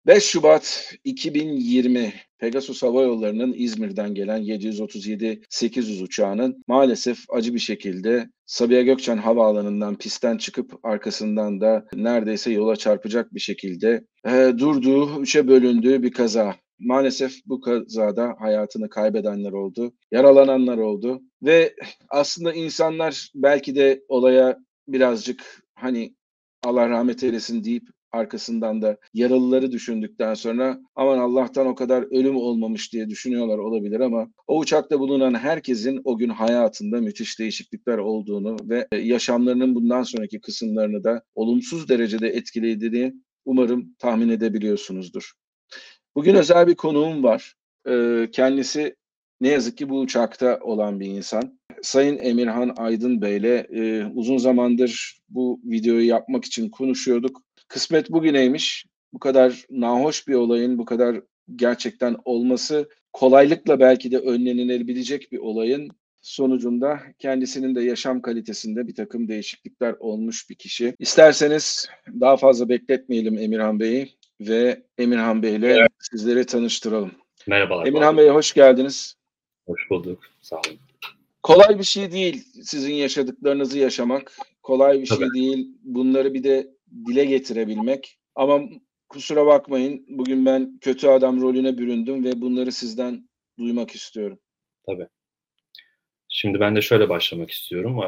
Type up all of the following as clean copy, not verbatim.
5 Şubat 2020 Pegasus Hava Yolları'nın İzmir'den gelen 737-800 uçağının maalesef acı bir şekilde Sabiha Gökçen Havaalanı'ndan pistten çıkıp arkasından da neredeyse yola çarpacak bir şekilde durduğu, üçe bölündüğü bir kaza. Maalesef bu kazada hayatını kaybedenler oldu, yaralananlar oldu ve aslında insanlar belki de olaya birazcık Allah rahmet eylesin deyip arkasından da yaralıları düşündükten sonra aman Allah'tan o kadar ölüm olmamış diye düşünüyorlar olabilir ama o uçakta bulunan herkesin o gün hayatında müthiş değişiklikler olduğunu ve yaşamlarının bundan sonraki kısımlarını da olumsuz derecede etkilediğini umarım tahmin edebiliyorsunuzdur. Bugün özel bir konuğum var. Kendisi ne yazık ki bu uçakta olan bir insan. Sayın Emirhan Aydın Bey'le uzun zamandır bu videoyu yapmak için konuşuyorduk. Kısmet bugüneymiş. Bu kadar nahoş bir olayın, bu kadar gerçekten olması kolaylıkla belki de önlenilebilecek bir olayın sonucunda kendisinin de yaşam kalitesinde bir takım değişiklikler olmuş bir kişi. İsterseniz daha fazla bekletmeyelim Emirhan Bey'i ve Emirhan Bey'le sizleri tanıştıralım. Merhabalar. Emirhan Bey hoş geldiniz. Hoş bulduk. Sağ olun. Kolay bir şey değil sizin yaşadıklarınızı yaşamak. Kolay bir şey değil bunları bir de dile getirebilmek. Ama kusura bakmayın bugün ben kötü adam rolüne büründüm ve bunları sizden duymak istiyorum. Tabii. Şimdi ben de şöyle başlamak istiyorum.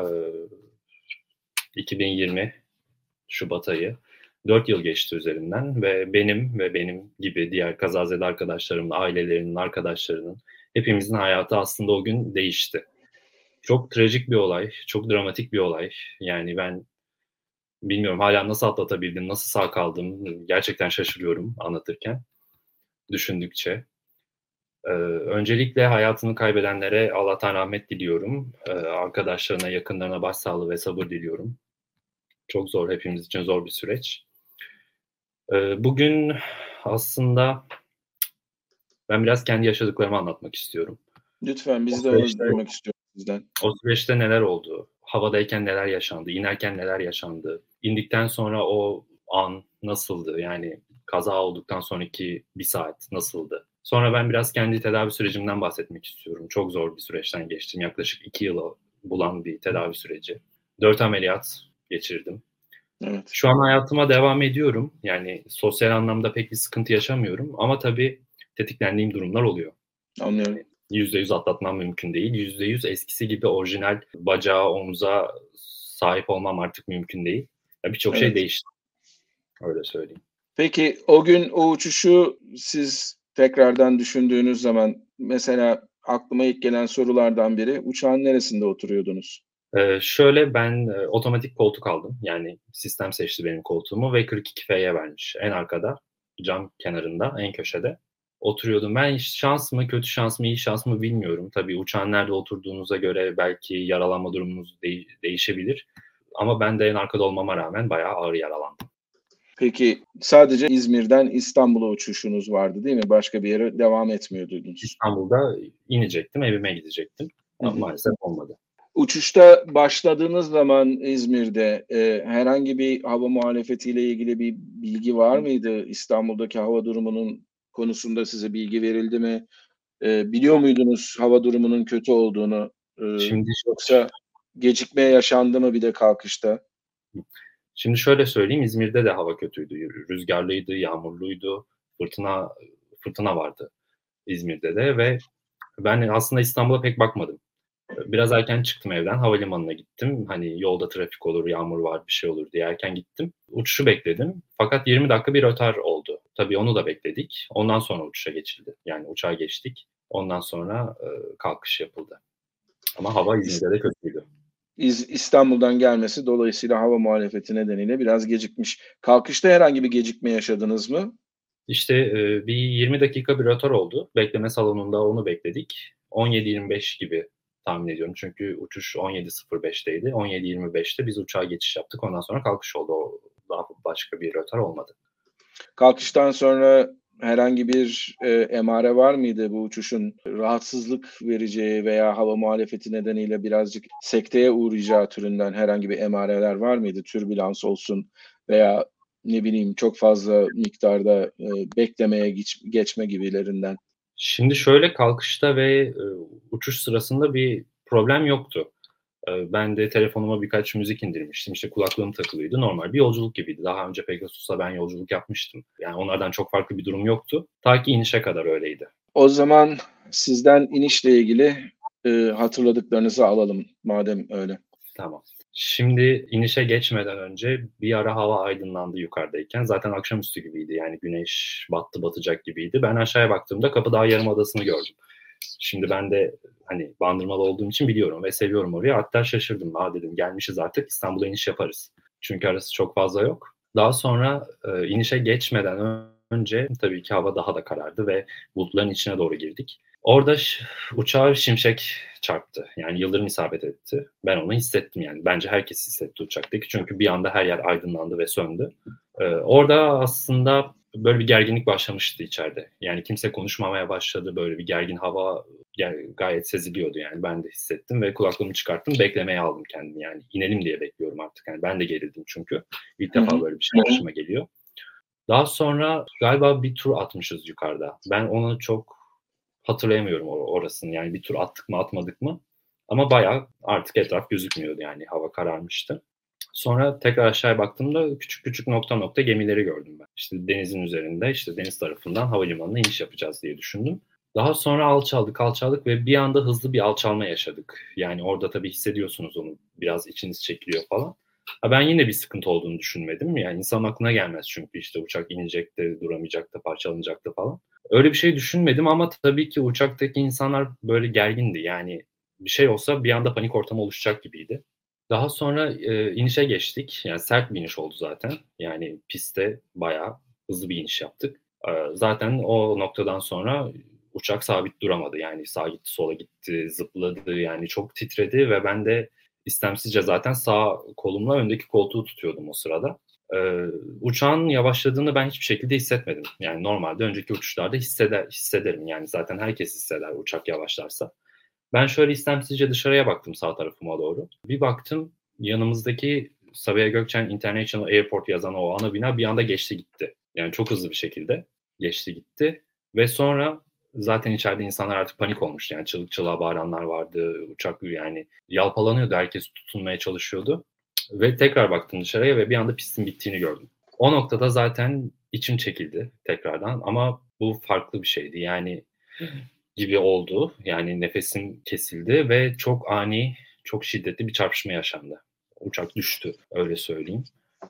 2020 Şubat ayı. 4 yıl geçti üzerinden ve benim gibi diğer kazazede arkadaşlarımın, ailelerinin, arkadaşlarının hepimizin hayatı aslında o gün değişti. Çok trajik bir olay, çok dramatik bir olay. Yani ben bilmiyorum hala nasıl atlatabildim, nasıl sağ kaldım gerçekten şaşırıyorum anlatırken, düşündükçe. Öncelikle hayatını kaybedenlere Allah'tan rahmet diliyorum. Arkadaşlarına, yakınlarına başsağlığı ve sabır diliyorum. Çok zor, hepimiz için zor bir süreç. Bugün aslında ben biraz kendi yaşadıklarımı anlatmak istiyorum. Lütfen biz de onu duymak istiyoruz sizden. O süreçte neler oldu? Havadayken neler yaşandı? İnerken neler yaşandı? İndikten sonra o an nasıldı? Yani kaza olduktan sonraki bir saat nasıldı? Sonra ben biraz kendi tedavi sürecimden bahsetmek istiyorum. Çok zor bir süreçten geçtim. Yaklaşık 2 yılı bulan bir tedavi süreci. 4 ameliyat geçirdim. Evet. Şu an hayatıma devam ediyorum. Yani sosyal anlamda pek bir sıkıntı yaşamıyorum. Ama tabii tetiklendiğim durumlar oluyor. Anlıyorum. %100 atlatmam mümkün değil. %100 eskisi gibi orijinal bacağa, omuza sahip olmam artık mümkün değil. Birçok şey değişti. Öyle söyleyeyim. Peki o gün o uçuşu siz tekrardan düşündüğünüz zaman mesela aklıma ilk gelen sorulardan biri uçağın neresinde oturuyordunuz? Şöyle ben otomatik koltuk aldım. Yani sistem seçti benim koltuğumu ve 42F'ye vermiş. En arkada, cam kenarında, en köşede oturuyordum. Ben şans mı, kötü şans mı, iyi şans mı bilmiyorum. Tabii uçağın nerede oturduğunuza göre belki yaralanma durumunuz değişebilir. Ama ben de en arkada olmama rağmen bayağı ağır yaralandım. Peki sadece İzmir'den İstanbul'a uçuşunuz vardı değil mi? Başka bir yere devam etmiyordunuz. İstanbul'da inecektim, evime gidecektim. Ama maalesef olmadı. Uçuşta başladığınız zaman İzmir'de herhangi bir hava muhalefetiyle ilgili bir bilgi var mıydı? İstanbul'daki hava durumunun konusunda size bilgi verildi mi? Biliyor muydunuz hava durumunun kötü olduğunu? Yoksa gecikme yaşandı mı bir de kalkışta? Şimdi şöyle söyleyeyim, İzmir'de de hava kötüydü. Rüzgarlıydı, yağmurluydu, fırtına vardı İzmir'de de ve ben aslında İstanbul'a pek bakmadım. Biraz erken çıktım evden, havalimanına gittim. Hani yolda trafik olur, yağmur var, bir şey olur diye erken gittim. Uçuşu bekledim. Fakat 20 dakika bir rötar oldu. Tabii onu da bekledik. Ondan sonra uçuşa geçildi. Yani uçağa geçtik. Ondan sonra kalkış yapıldı. Ama hava İzmir'de de kötüydü. İstanbul'dan gelmesi dolayısıyla hava muhalefeti nedeniyle biraz gecikmiş. Kalkışta herhangi bir gecikme yaşadınız mı? İşte bir 20 dakika bir rötar oldu. Bekleme salonunda onu bekledik. 17:25 gibi tahmin ediyorum. Çünkü uçuş 17:05'teydi. 17:25'te biz uçağa geçiş yaptık. Ondan sonra kalkış oldu. Daha başka bir rötar olmadı. Kalkıştan sonra herhangi bir emare var mıydı bu uçuşun rahatsızlık vereceği veya hava muhalefeti nedeniyle birazcık sekteye uğrayacağı türünden herhangi bir emareler var mıydı? Türbülans olsun veya ne bileyim çok fazla miktarda beklemeye geçme gibilerinden? Şimdi şöyle, kalkışta ve uçuş sırasında bir problem yoktu. Ben de telefonuma birkaç müzik indirmiştim. İşte kulaklığım takılıydı. Normal bir yolculuk gibiydi. Daha önce Pegasus'la ben yolculuk yapmıştım. Yani onlardan çok farklı bir durum yoktu. Ta ki inişe kadar öyleydi. O zaman sizden inişle ilgili hatırladıklarınızı alalım madem öyle. Tamam. Şimdi inişe geçmeden önce bir ara hava aydınlandı yukarıdayken. Zaten akşamüstü gibiydi, yani güneş battı batacak gibiydi. Ben aşağıya baktığımda Kapıdağ Yarımadası'nı gördüm. Şimdi ben de hani Bandırmalı olduğum için biliyorum ve seviyorum orayı. Hatta şaşırdım. Dedim gelmişiz artık, İstanbul'a iniş yaparız. Çünkü arası çok fazla yok. Daha sonra inişe geçmeden önce tabii ki hava daha da karardı ve bulutların içine doğru girdik. Orada uçağa şimşek çarptı. Yani yıldırım isabet etti. Ben onu hissettim yani. Bence herkes hissetti uçaktaki. Çünkü bir anda her yer aydınlandı ve söndü. Orada aslında böyle bir gerginlik başlamıştı içeride. Yani kimse konuşmamaya başladı. Böyle bir gergin hava gayet seziliyordu yani. Ben de hissettim ve kulaklığımı çıkarttım. Beklemeye aldım kendimi yani. İnelim diye bekliyorum artık. Yani ben de gerildim çünkü. İlk Hı defa hı. böyle bir şey başıma geliyor. Daha sonra galiba bir tur atmışız yukarıda. Ben onu çok hatırlayamıyorum orasını. Yani bir tur attık mı atmadık mı? Ama bayağı artık etraf gözükmüyordu yani. Hava kararmıştı. Sonra tekrar aşağıya baktığımda küçük küçük nokta nokta gemileri gördüm ben. İşte denizin üzerinde, işte deniz tarafından havalimanına iniş yapacağız diye düşündüm. Daha sonra alçaldık ve bir anda hızlı bir alçalma yaşadık. Yani orada tabii hissediyorsunuz onu, biraz içiniz çekiliyor falan. Ben yine bir sıkıntı olduğunu düşünmedim. Yani insan aklına gelmez çünkü işte uçak inecekti, duramayacaktı, parçalanacaktı falan. Öyle bir şey düşünmedim ama tabii ki uçaktaki insanlar böyle gergindi. Yani bir şey olsa bir anda panik ortamı oluşacak gibiydi. Daha sonra inişe geçtik. Yani sert bir iniş oldu zaten. Yani pistte bayağı hızlı bir iniş yaptık. Zaten o noktadan sonra uçak sabit duramadı. Yani sağa gitti, sola gitti, zıpladı. Yani çok titredi ve ben de istemsizce zaten sağ kolumla öndeki koltuğu tutuyordum o sırada. Uçağın yavaşladığını ben hiçbir şekilde hissetmedim. Yani normalde önceki uçuşlarda hissederim. Yani zaten herkes hisseder uçak yavaşlarsa. Ben şöyle istemsizce dışarıya baktım, sağ tarafıma doğru. Bir baktım, yanımızdaki Sabiha Gökçen International Airport yazan o ana bina bir anda geçti gitti. Yani çok hızlı bir şekilde geçti gitti. Ve sonra zaten içeride insanlar artık panik olmuştu. Yani çığlık çığlığa bağıranlar vardı. Uçak yani yalpalanıyordu. Herkes tutunmaya çalışıyordu. Ve tekrar baktım dışarıya ve bir anda pistin bittiğini gördüm. O noktada zaten içim çekildi tekrardan ama bu farklı bir şeydi. Yani gibi oldu. Yani nefesim kesildi ve çok ani, çok şiddetli bir çarpışma yaşandı. Uçak düştü, öyle söyleyeyim.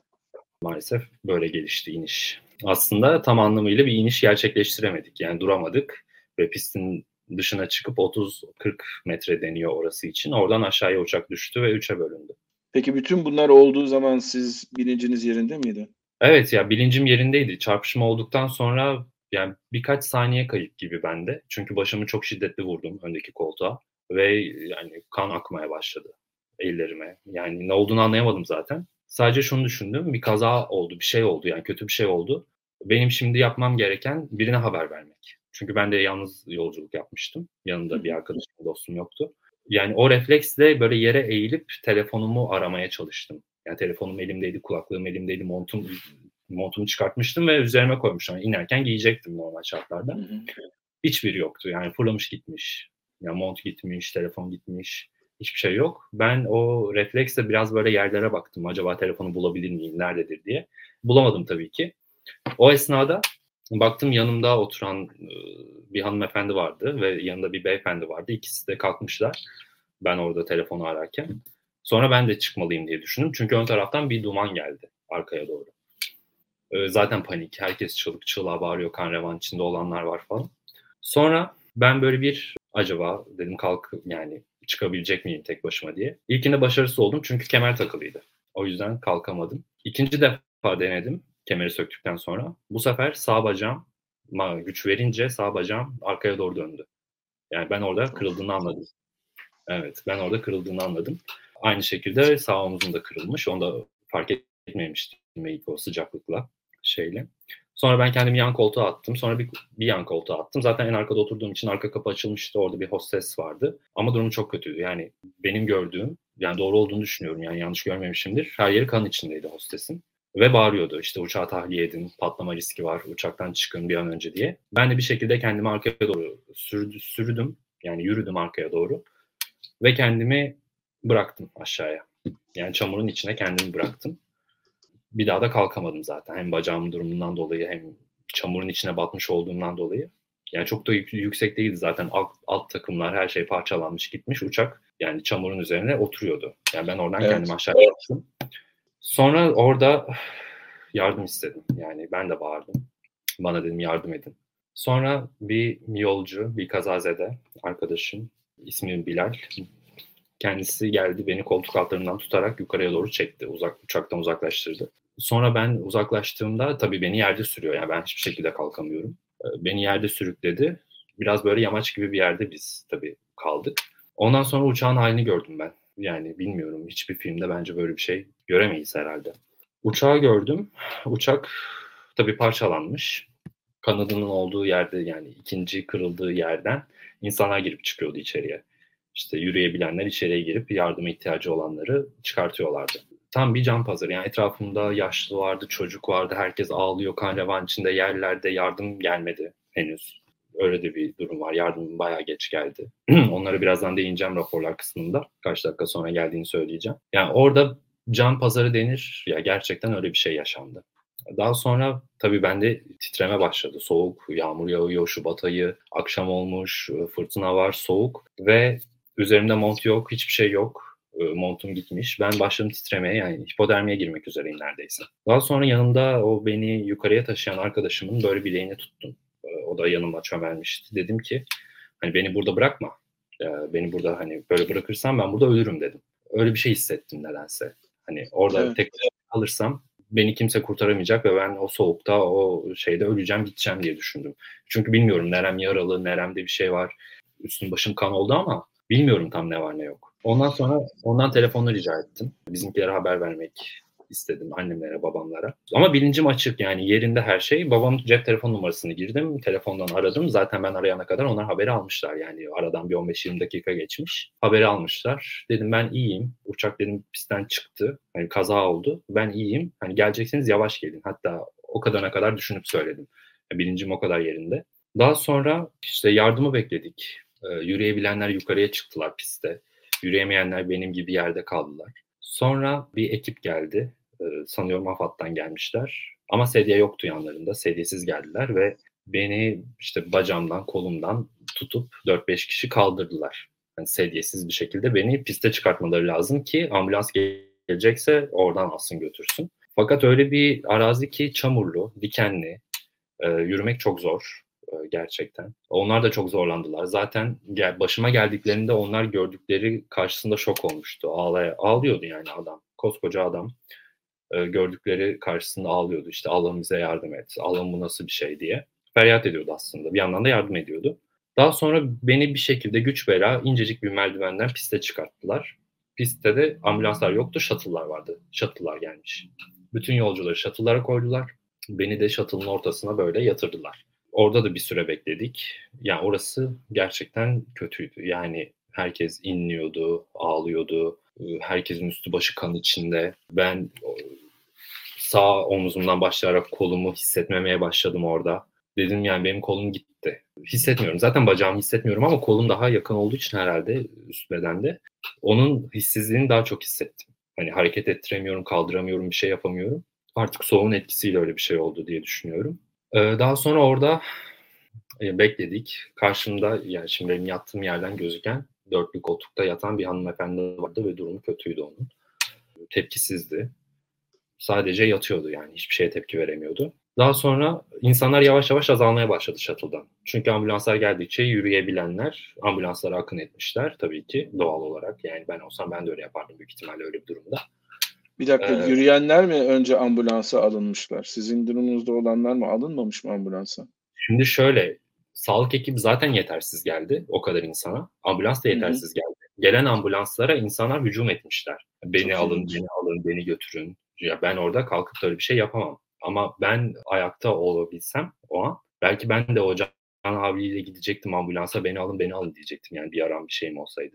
Maalesef böyle gelişti iniş. Aslında tam anlamıyla bir iniş gerçekleştiremedik. Yani duramadık ve pistin dışına çıkıp 30-40 metre deniyor orası için. Oradan aşağıya uçak düştü ve 3'e bölündü. Peki bütün bunlar olduğu zaman siz bilinciniz yerinde miydi? Evet, ya bilincim yerindeydi. Çarpışma olduktan sonra yani birkaç saniye kayıp gibi bende. Çünkü başımı çok şiddetli vurdum öndeki koltuğa ve yani kan akmaya başladı ellerime. Yani ne olduğunu anlayamadım zaten. Sadece şunu düşündüm. Bir kaza oldu, bir şey oldu, yani kötü bir şey oldu. Benim şimdi yapmam gereken birine haber vermek. Çünkü ben de yalnız yolculuk yapmıştım. Hı Yanımda bir hı. arkadaşım, dostum yoktu. Yani o refleksle böyle yere eğilip telefonumu aramaya çalıştım. Yani telefonum elimdeydi, kulaklığım elimdeydi, montumu çıkartmıştım ve üzerime koymuştum. Yani inerken giyecektim normal Hı şartlarda. hı. Hiçbiri yoktu. Yani fırlamış gitmiş. Yani mont gitmiş, telefon gitmiş. Hiçbir şey yok. Ben o refleksle biraz böyle yerlere baktım. Acaba telefonu bulabilir miyim, nerededir diye. Bulamadım tabii ki. O esnada baktım, yanımda oturan bir hanımefendi vardı ve yanında bir beyefendi vardı. İkisi de kalkmışlar. Ben orada telefonu ararken. Sonra ben de çıkmalıyım diye düşündüm. Çünkü ön taraftan bir duman geldi arkaya doğru. Zaten panik. Herkes çığlık çığlığa bağırıyor. Kan revan içinde olanlar var falan. Sonra ben böyle bir acaba dedim, kalk yani çıkabilecek miyim tek başıma diye. İlkinde başarısız oldum çünkü kemer takılıydı. O yüzden kalkamadım. İkinci defa denedim kemeri söktükten sonra. Bu sefer sağ bacağıma güç verince sağ bacağım arkaya doğru döndü. Yani ben orada Of. kırıldığını anladım. Evet, ben orada kırıldığını anladım. Aynı şekilde sağ omzum da kırılmış. Onu da fark etmemiştim ilk o sıcaklıkla şeyle. Sonra ben kendimi yan koltuğa attım. Sonra bir yan koltuğa attım. Zaten en arkada oturduğum için arka kapı açılmıştı. Orada bir hostes vardı. Ama durumu çok kötüydü. Yani benim gördüğüm, yani doğru olduğunu düşünüyorum. Yani yanlış görmemişimdir. Her yeri kan içindeydi hostesin. Ve bağırıyordu işte uçağı tahliye edin, patlama riski var, uçaktan çıkın bir an önce diye. Ben de bir şekilde kendimi arkaya doğru sürdüm. Yani yürüdüm arkaya doğru. Ve kendimi bıraktım aşağıya. Yani çamurun içine kendimi bıraktım. Bir daha da kalkamadım zaten. Hem bacağımın durumundan dolayı hem çamurun içine batmış olduğumdan dolayı. Yani çok da yüksek değildi zaten. Alt takımlar her şey parçalanmış gitmiş. Uçak yani çamurun üzerine oturuyordu. Yani ben oradan kendimi Evet. aşağıya attım. Sonra orada yardım istedim. Yani ben de bağırdım. Bana dedim yardım edin. Sonra bir yolcu, bir kazazede arkadaşım, ismi Bilal. Kendisi geldi beni koltuk altlarından tutarak yukarıya doğru çekti. Uçaktan uzaklaştırdı. Sonra ben uzaklaştığımda tabii beni yerde sürüyor. Yani ben hiçbir şekilde kalkamıyorum. Beni yerde sürükledi. Biraz böyle yamaç gibi bir yerde biz tabii kaldık. Ondan sonra uçağın halini gördüm ben. Yani bilmiyorum hiçbir filmde bence böyle bir şey göremeyiz herhalde. Uçağı gördüm. Uçak tabii parçalanmış. Kanadının olduğu yerde yani ikinci kırıldığı yerden insanlar girip çıkıyordu içeriye. İşte yürüyebilenler içeriye girip yardıma ihtiyacı olanları çıkartıyorlardı. Tam bir can pazarı. Yani etrafımda yaşlı vardı, çocuk vardı. Herkes ağlıyor kan revan içinde yerlerde. Yardım gelmedi henüz. Öyle de bir durum var. Yardım bayağı geç geldi. Onlara birazdan değineceğim raporlar kısmında. Kaç dakika sonra geldiğini söyleyeceğim. Yani orada can pazarı denir. Ya gerçekten öyle bir şey yaşandı. Daha sonra tabii bende titreme başladı. Soğuk, yağmur yağıyor, Şubat ayı, akşam olmuş, fırtına var, soğuk ve üzerimde mont yok, hiçbir şey yok. Montum gitmiş. Ben başladım titremeye yani hipotermiye girmek üzereyim neredeyse. Daha sonra yanımda o beni yukarıya taşıyan arkadaşımın böyle bileğini tuttum. O da yanıma çömelmişti. Dedim ki hani beni burada bırakma. Beni burada hani böyle bırakırsam ben burada ölürüm dedim. Öyle bir şey hissettim nedense. Hani orada Evet. tek kalırsam beni kimse kurtaramayacak ve ben o soğukta o şeyde öleceğim gideceğim diye düşündüm. Çünkü bilmiyorum nerem yaralı, neremde bir şey var. Üstüm başım kan oldu ama bilmiyorum tam ne var ne yok. Ondan sonra ondan telefonla rica ettim. Bizimkilere haber vermek istedim annemlere, babamlara. Ama bilincim açık yani yerinde her şey. Babamın cep telefon numarasını girdim. Telefondan aradım. Zaten ben arayana kadar onlar haberi almışlar. Yani aradan bir 15-20 dakika geçmiş. Haberi almışlar. Dedim ben iyiyim. Uçak dedim pistten çıktı. Hani kaza oldu. Ben iyiyim. Hani gelecekseniz yavaş gelin. Hatta o kadarına kadar düşünüp söyledim. Bilincim o kadar yerinde. Daha sonra işte yardımı bekledik. Yürüyebilenler yukarıya çıktılar piste. Yürüyemeyenler benim gibi yerde kaldılar. Sonra bir ekip geldi. Sanıyorum AFAD'dan gelmişler. Ama sedye yoktu yanlarında. Sedyesiz geldiler ve beni işte bacağımdan, kolumdan tutup 4-5 kişi kaldırdılar. Yani sedyesiz bir şekilde beni piste çıkartmaları lazım ki ambulans gelecekse oradan alsın götürsün. Fakat öyle bir arazi ki çamurlu, dikenli, yürümek çok zor gerçekten. Onlar da çok zorlandılar. Zaten başıma geldiklerinde onlar gördükleri karşısında şok olmuştu. Ağlıyordu yani adam. Koskoca adam. Gördükleri karşısında ağlıyordu. İşte Allah'ım bize yardım et. Allah'ım bu nasıl bir şey diye. Feryat ediyordu aslında. Bir yandan da yardım ediyordu. Daha sonra beni bir şekilde güç bela incecik bir merdivenden piste çıkarttılar. Pistte de ambulanslar yoktu, shuttle'lar vardı. Shuttle'lar gelmiş. Bütün yolcuları shuttle'lara koydular. Beni de shuttle'ın ortasına böyle yatırdılar. Orada da bir süre bekledik. Yani orası gerçekten kötüydü. Yani herkes inliyordu, ağlıyordu. Herkesin üstü başı kan içinde. Ben sağ omzumdan başlayarak kolumu hissetmemeye başladım orada. Dedim yani benim kolum gitti. Hissetmiyorum. Zaten bacağımı hissetmiyorum ama kolum daha yakın olduğu için herhalde üst bedende. Onun hissizliğini daha çok hissettim. Hani hareket ettiremiyorum, kaldıramıyorum, bir şey yapamıyorum. Artık soğuğun etkisiyle öyle bir şey oldu diye düşünüyorum. Daha sonra orada bekledik. Karşımda yani şimdi benim yattığım yerden gözüken dörtlü koltukta yatan bir hanımefendi vardı ve durumu kötüydü onun. Tepkisizdi. Sadece yatıyordu yani hiçbir şeye tepki veremiyordu. Daha sonra insanlar yavaş yavaş azalmaya başladı shuttle'dan. Çünkü ambulanslar geldikçe yürüyebilenler ambulanslara akın etmişler tabii ki doğal olarak. Yani ben olsam ben de öyle yapardım büyük ihtimalle öyle bir durumda. Bir dakika, Ee, yürüyenler mi önce ambulansa alınmışlar? Sizin durumunuzda olanlar mı alınmamış mı ambulansa? Şimdi şöyle sağlık ekibi zaten yetersiz geldi o kadar insana. Ambulans da Hı hı. yetersiz geldi. Gelen ambulanslara insanlar hücum etmişler. Beni Çok alın, ilginç. beni alın, beni götürün. Ya ben orada kalkıp da öyle bir şey yapamam. Ama ben ayakta olabilsem o an belki ben de o Can abiyle gidecektim ambulansa beni alın beni alın diyecektim yani bir yaram bir şeyim olsaydı.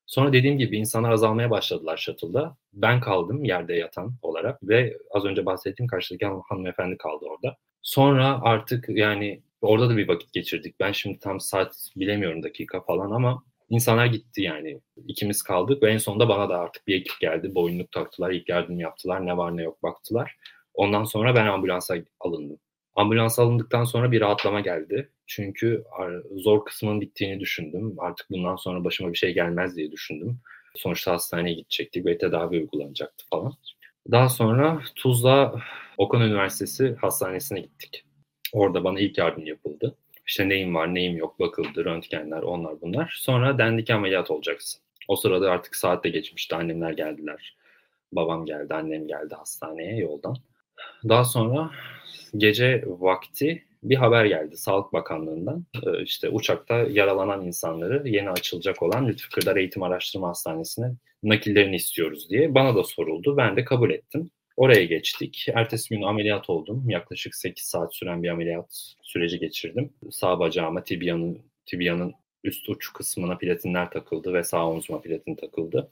Sonra dediğim gibi insanlar azalmaya başladılar shuttle'da. Ben kaldım yerde yatan olarak ve az önce bahsettiğim karşıdaki hanımefendi kaldı orada. Sonra artık yani orada da bir vakit geçirdik. Ben şimdi tam saat bilemiyorum, dakika falan, ama insanlar gitti yani. İkimiz kaldık ve en sonunda bana da artık bir ekip geldi. Boynluk taktılar, ilk yardım yaptılar, ne var ne yok baktılar. Ondan sonra ben ambulansa alındım. Ambulansa alındıktan sonra bir rahatlama geldi. Çünkü zor kısmının bittiğini düşündüm. Artık bundan sonra başıma bir şey gelmez diye düşündüm. Sonuçta hastaneye gidecektik ve tedavi uygulanacaktı falan. Daha sonra Tuzla Okan Üniversitesi Hastanesi'ne gittik. Orada bana ilk yardım yapıldı. İşte neyim var, neyim yok bakıldı, röntgenler, onlar bunlar. Sonra dendi ki ameliyat olacaksın. O sırada artık saat de geçmişti. Annemler geldiler. Babam geldi, annem geldi hastaneye yoldan. Daha sonra gece vakti bir haber geldi Sağlık Bakanlığı'ndan. İşte uçakta yaralanan insanları yeni açılacak olan Lütfü Kırdar Eğitim Araştırma Hastanesi'ne nakillerini istiyoruz diye. Bana da soruldu. Ben de kabul ettim. Oraya geçtik. Ertesi gün ameliyat oldum. Yaklaşık 8 saat süren bir ameliyat süreci geçirdim. Sağ bacağıma tibiyanın üst uç kısmına platinler takıldı ve sağ omzuma platin takıldı.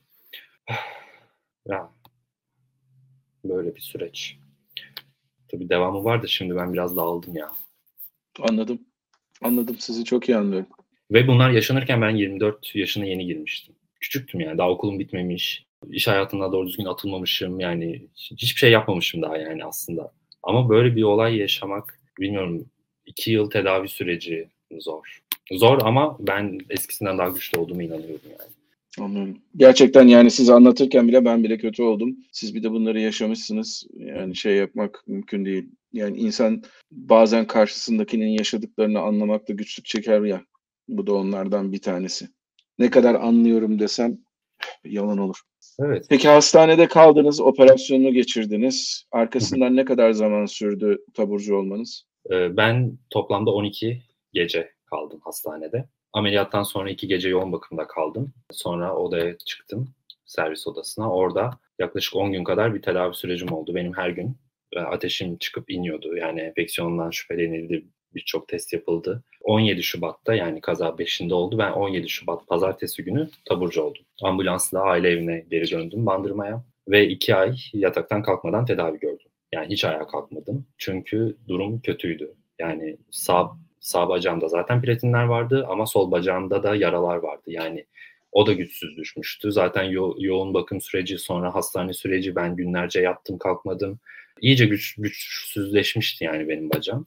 Ya, böyle bir süreç. Tabii devamı var da şimdi ben biraz dağıldım ya. Anladım. Anladım. Sizi çok iyi anlıyorum. Ve bunlar yaşanırken ben 24 yaşına yeni girmiştim. Küçüktüm yani. Daha okulum bitmemiş. İş hayatına doğru düzgün atılmamışım. Yani hiçbir şey yapmamışım daha yani aslında. Ama böyle bir olay yaşamak, bilmiyorum, 2 yıl tedavi süreci zor. Zor ama ben eskisinden daha güçlü olduğuma inanıyorum yani. Anlıyorum. Gerçekten yani siz anlatırken bile ben bile kötü oldum. Siz bir de bunları yaşamışsınız. Yani şey yapmak mümkün değil. Yani insan bazen karşısındakinin yaşadıklarını anlamakta güçlük çeker ya. Bu da onlardan bir tanesi. Ne kadar anlıyorum desem yalan olur. Evet. Peki hastanede kaldınız, operasyonunu geçirdiniz. Arkasından ne kadar zaman sürdü taburcu olmanız? Ben toplamda 12 gece kaldım hastanede. Ameliyattan sonra 2 gece yoğun bakımda kaldım. Sonra odaya çıktım, servis odasına. Orada yaklaşık 10 gün kadar bir tedavi sürecim oldu. Benim her gün ateşim çıkıp iniyordu. Yani enfeksiyondan şüphelenildi, birçok test yapıldı. 17 Şubat'ta, yani kaza 5'inde oldu. Ben 17 Şubat pazartesi günü taburcu oldum. Ambulansla aile evine geri döndüm, Bandırma'ya. Ve 2 ay yataktan kalkmadan tedavi gördüm. Yani hiç ayağa kalkmadım. Çünkü durum kötüydü. Yani sağ bacağımda zaten platinler vardı ama sol bacağımda da yaralar vardı. Yani o da güçsüz düşmüştü. Zaten yoğun bakım süreci, sonra hastane süreci, ben günlerce yattım kalkmadım. İyice güçsüzleşmişti yani benim bacağım.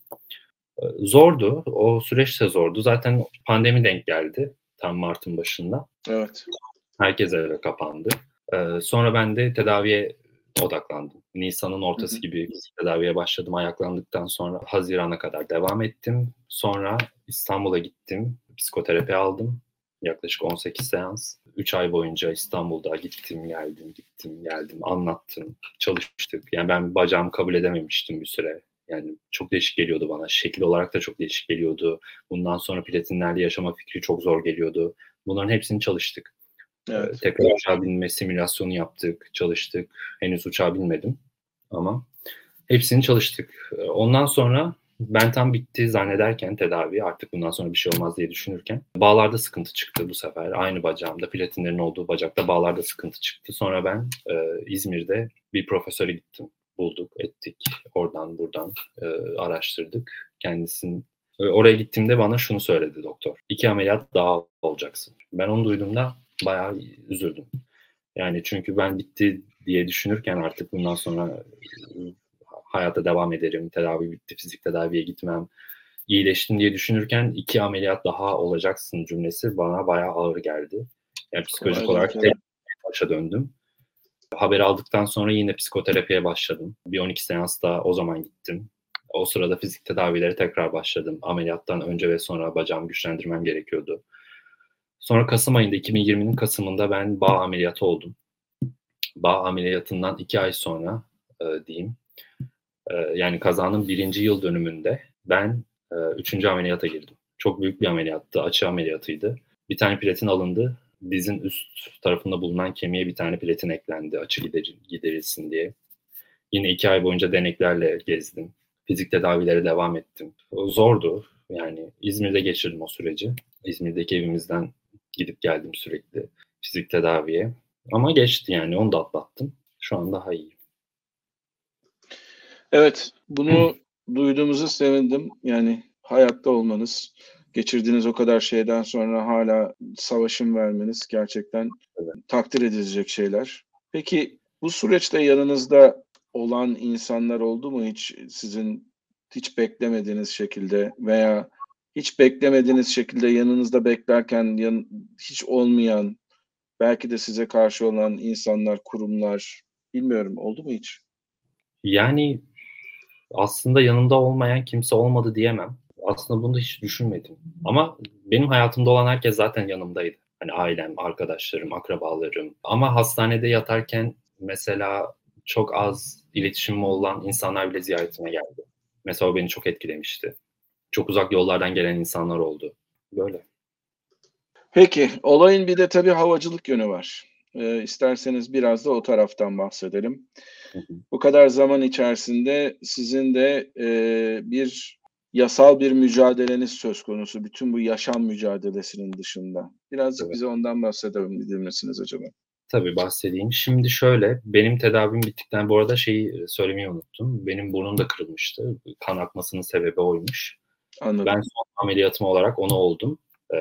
Zordu. O süreç de zordu. Zaten pandemi denk geldi tam Mart'ın başında. Evet. Herkes eve kapandı. Sonra ben de tedaviye odaklandım. Nisan'ın ortası Hı hı. gibi fizik tedaviye başladım. Ayaklandıktan sonra Haziran'a kadar devam ettim. Sonra İstanbul'a gittim. Psikoterapi aldım. Yaklaşık 18 seans. 3 ay boyunca İstanbul'da gittim geldim, anlattım, çalıştık. Yani ben bacağımı kabul edememiştim bir süre. Yani çok değişik geliyordu bana. Şekil olarak da çok değişik geliyordu. Bundan sonra platinlerle yaşama fikri çok zor geliyordu. Bunların hepsini çalıştık. Evet. Tekrar uçağa binme simülasyonu yaptık, çalıştık. Henüz uçağa binmedim ama hepsini çalıştık. Ondan sonra ben tam bitti zannederken tedavi, artık bundan sonra bir şey olmaz diye düşünürken bağlarda sıkıntı çıktı bu sefer. Aynı bacağımda, platinlerin olduğu bacakta bağlarda sıkıntı çıktı. Sonra ben İzmir'de bir profesöre gittim. Bulduk, ettik. Oradan buradan araştırdık. Oraya gittiğimde bana şunu söyledi doktor: 2 ameliyat daha olacaksın. Ben onu duyduğumda bayağı üzüldüm. Yani çünkü ben bitti diye düşünürken artık bundan sonra hayata devam ederim, tedavi bitti, fizik tedaviye gitmem, iyileştim diye düşünürken 2 ameliyat daha olacaksın cümlesi bana bayağı ağır geldi. Yani psikolojik Kolay olarak değil. tek başa döndüm. Haber aldıktan sonra yine psikoterapiye başladım. Bir 12 seans daha o zaman gittim. O sırada fizik tedavilere tekrar başladım. Ameliyattan önce ve sonra bacağımı güçlendirmem gerekiyordu. Sonra Kasım ayında, 2020'nin Kasım'ında ben bağ ameliyatı oldum. Bağ ameliyatından 2 ay sonra diyeyim. Yani kazanın 1. yıl dönümünde ben 3. ameliyata girdim. Çok büyük bir ameliyattı. Açı ameliyatıydı. Bir tane platin alındı. Dizin üst tarafında bulunan kemiğe bir tane platin eklendi. Açı giderilsin diye. Yine 2 ay boyunca deneklerle gezdim. Fizik tedavilere devam ettim. O zordu. Yani İzmir'de geçirdim o süreci. İzmir'deki evimizden gidip geldim sürekli. fizik tedaviye. Ama geçti yani, onu da atlattım. Şu an daha iyiyim. Evet, bunu duyduğumuza sevindim. Yani hayatta olmanız, geçirdiğiniz o kadar şeyden sonra hala savaşın vermeniz gerçekten Evet. takdir edilecek şeyler. Peki bu süreçte yanınızda olan insanlar oldu mu hiç sizin hiç beklemediğiniz şekilde veya hiç beklemediğiniz şekilde yanınızda beklerken hiç olmayan, belki de size karşı olan insanlar, kurumlar, bilmiyorum oldu mu hiç? Yani aslında yanımda olmayan kimse olmadı diyemem. Aslında bunu da hiç düşünmedim. Ama benim hayatımda olan herkes zaten yanımdaydı. Hani ailem, arkadaşlarım, akrabalarım. Ama hastanede yatarken mesela çok az iletişimim olan insanlar bile ziyaretime geldi. Mesela o beni çok etkilemişti. Çok uzak yollardan gelen insanlar oldu. Böyle. Peki, olayın bir de tabii havacılık yönü var. İsterseniz biraz da o taraftan bahsedelim. Hı hı. Bu kadar zaman içerisinde sizin de, bir yasal bir mücadeleniz söz konusu, bütün bu yaşam mücadelesinin dışında. Birazcık Evet. bize ondan bahsedebilir misiniz acaba? Tabii bahsedeyim. Şimdi şöyle, benim tedavim bittikten bu arada şeyi söylemeyi unuttum. Benim burnum da kırılmıştı. Kan akmasının sebebi oymuş. Ben Anladım. son ameliyatım olarak onu oldum.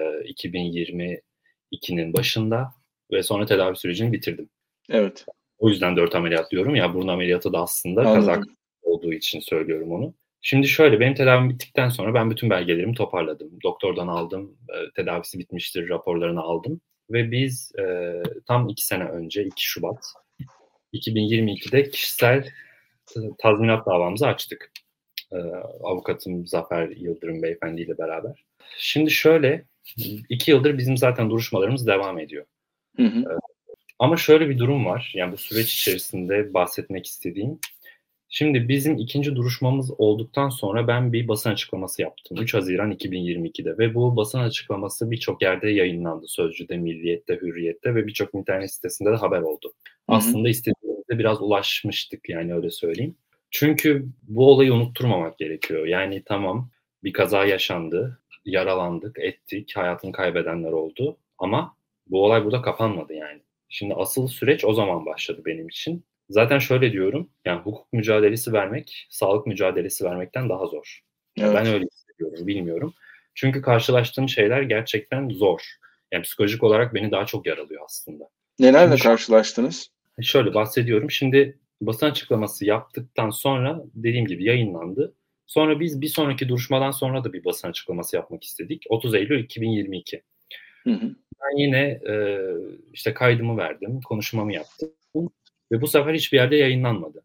2022'nin başında ve sonra tedavi sürecini bitirdim. Evet, O yüzden 4 ameliyat diyorum ya, burun ameliyatı da aslında kaza anladım. olduğu için söylüyorum onu. Şimdi şöyle, benim tedavim bittikten sonra ben bütün belgelerimi toparladım. Doktordan aldım, tedavisi bitmiştir raporlarını aldım ve biz, tam 2 sene önce 2 Şubat 2022'de kişisel tazminat davamızı açtık. Eee, Avukatım Zafer Yıldırım beyefendiyle beraber. Şimdi şöyle, 2 yıldır bizim zaten duruşmalarımız devam ediyor. Hı hı. Ama şöyle bir durum var, yani bu süreç içerisinde bahsetmek istediğim. Şimdi bizim ikinci duruşmamız olduktan sonra ben bir basın açıklaması yaptım. 3 Haziran 2022'de ve bu basın açıklaması birçok yerde yayınlandı. Sözcü'de, Milliyet'te, Hürriyet'te ve birçok internet sitesinde de haber oldu. Hı hı. Aslında istediğimize biraz ulaşmıştık, yani öyle söyleyeyim. Çünkü bu olayı unutturmamak gerekiyor. Yani tamam, bir kaza yaşandı, yaralandık, ettik, hayatını kaybedenler oldu ama bu olay burada kapanmadı yani. Şimdi asıl süreç o zaman başladı benim için. Zaten şöyle diyorum, yani hukuk mücadelesi vermek, sağlık mücadelesi vermekten daha zor. Ya ben Evet. öyle hissediyorum, bilmiyorum. Çünkü karşılaştığım şeyler gerçekten zor. Yani psikolojik olarak beni daha çok yaralıyor aslında. Nelerle Şimdi karşılaştınız? şöyle bahsediyorum. Şimdi basın açıklaması yaptıktan sonra dediğim gibi yayınlandı. Sonra biz bir sonraki duruşmadan sonra da bir basın açıklaması yapmak istedik. 30 Eylül 2022. Hı hı. Ben yine, işte kaydımı verdim, konuşmamı yaptım ve bu sefer hiçbir yerde yayınlanmadı.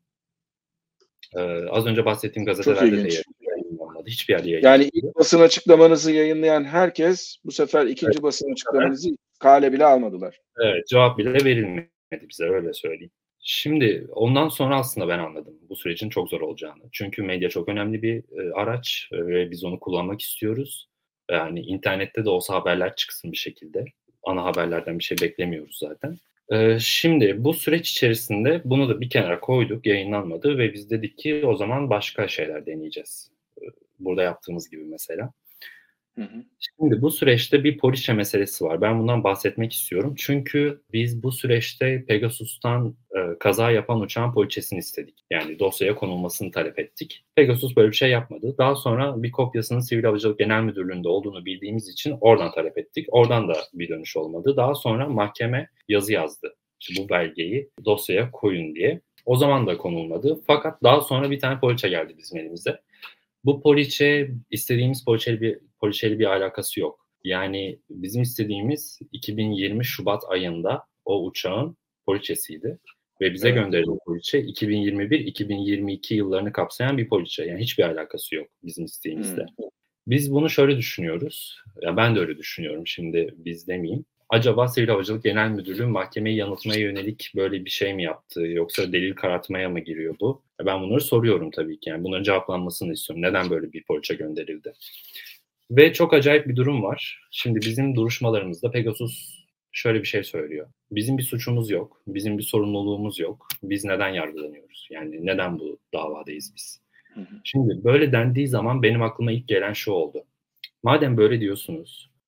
Az önce bahsettiğim Çok gazetelerde de ilginç. yayınlanmadı. Hiçbir yerde Yani ilk yayınlanmadı. basın açıklamanızı yayınlayan herkes bu sefer Evet, ikinci basın bu sefer açıklamanızı kale bile almadılar. evet, cevap bile verilmedi bize, öyle söyleyeyim. Şimdi ondan sonra aslında ben anladım bu sürecin çok zor olacağını. Çünkü medya çok önemli bir, araç, ve biz onu kullanmak istiyoruz. Yani internette de olsa haberler çıksın bir şekilde. Ana haberlerden bir şey beklemiyoruz zaten. Şimdi bu süreç içerisinde bunu da bir kenara koyduk, yayınlanmadı ve biz dedik ki o zaman başka şeyler deneyeceğiz. Burada yaptığımız gibi mesela. Hı hı. Şimdi bu süreçte bir poliçe meselesi var. Ben bundan bahsetmek istiyorum. Çünkü biz bu süreçte Pegasus'tan, kaza yapan uçağın poliçesini istedik. Yani dosyaya konulmasını talep ettik. Pegasus böyle bir şey yapmadı. Daha sonra bir kopyasının Sivil Havacılık Genel Müdürlüğü'nde olduğunu bildiğimiz için oradan talep ettik. Oradan da bir dönüş olmadı. Daha sonra mahkeme yazı yazdı. İşte bu belgeyi dosyaya koyun diye. O zaman da konulmadı. Fakat daha sonra bir tane poliçe geldi bizim elimize. Bu poliçe istediğimiz poliçeyle bir alakası yok. Yani bizim istediğimiz 2020 Şubat ayında o uçağın poliçesiydi ve bize Evet. gönderilen poliçe 2021-2022 yıllarını kapsayan bir poliçe. Yani hiçbir alakası yok bizim isteğimizle. Hımm. Biz bunu şöyle düşünüyoruz, ya ben de öyle düşünüyorum, şimdi biz demeyeyim. Acaba Sivil Havacılık Genel Müdürlüğü mahkemeyi yanıltmaya yönelik böyle bir şey mi yaptı yoksa delil karartmaya mı giriyor bu? Ben bunları soruyorum tabii ki, yani bunların cevaplanmasını istiyorum. Neden böyle bir poliçe gönderildi? Ve çok acayip bir durum var. Şimdi bizim duruşmalarımızda Pegasus şöyle bir şey söylüyor. Bizim bir suçumuz yok, bizim bir sorumluluğumuz yok. Biz neden yargılanıyoruz? Yani neden bu davadayız biz? Hı hı. Şimdi böyle dendiği zaman benim aklıma ilk gelen şu oldu. Madem böyle diyorsunuz,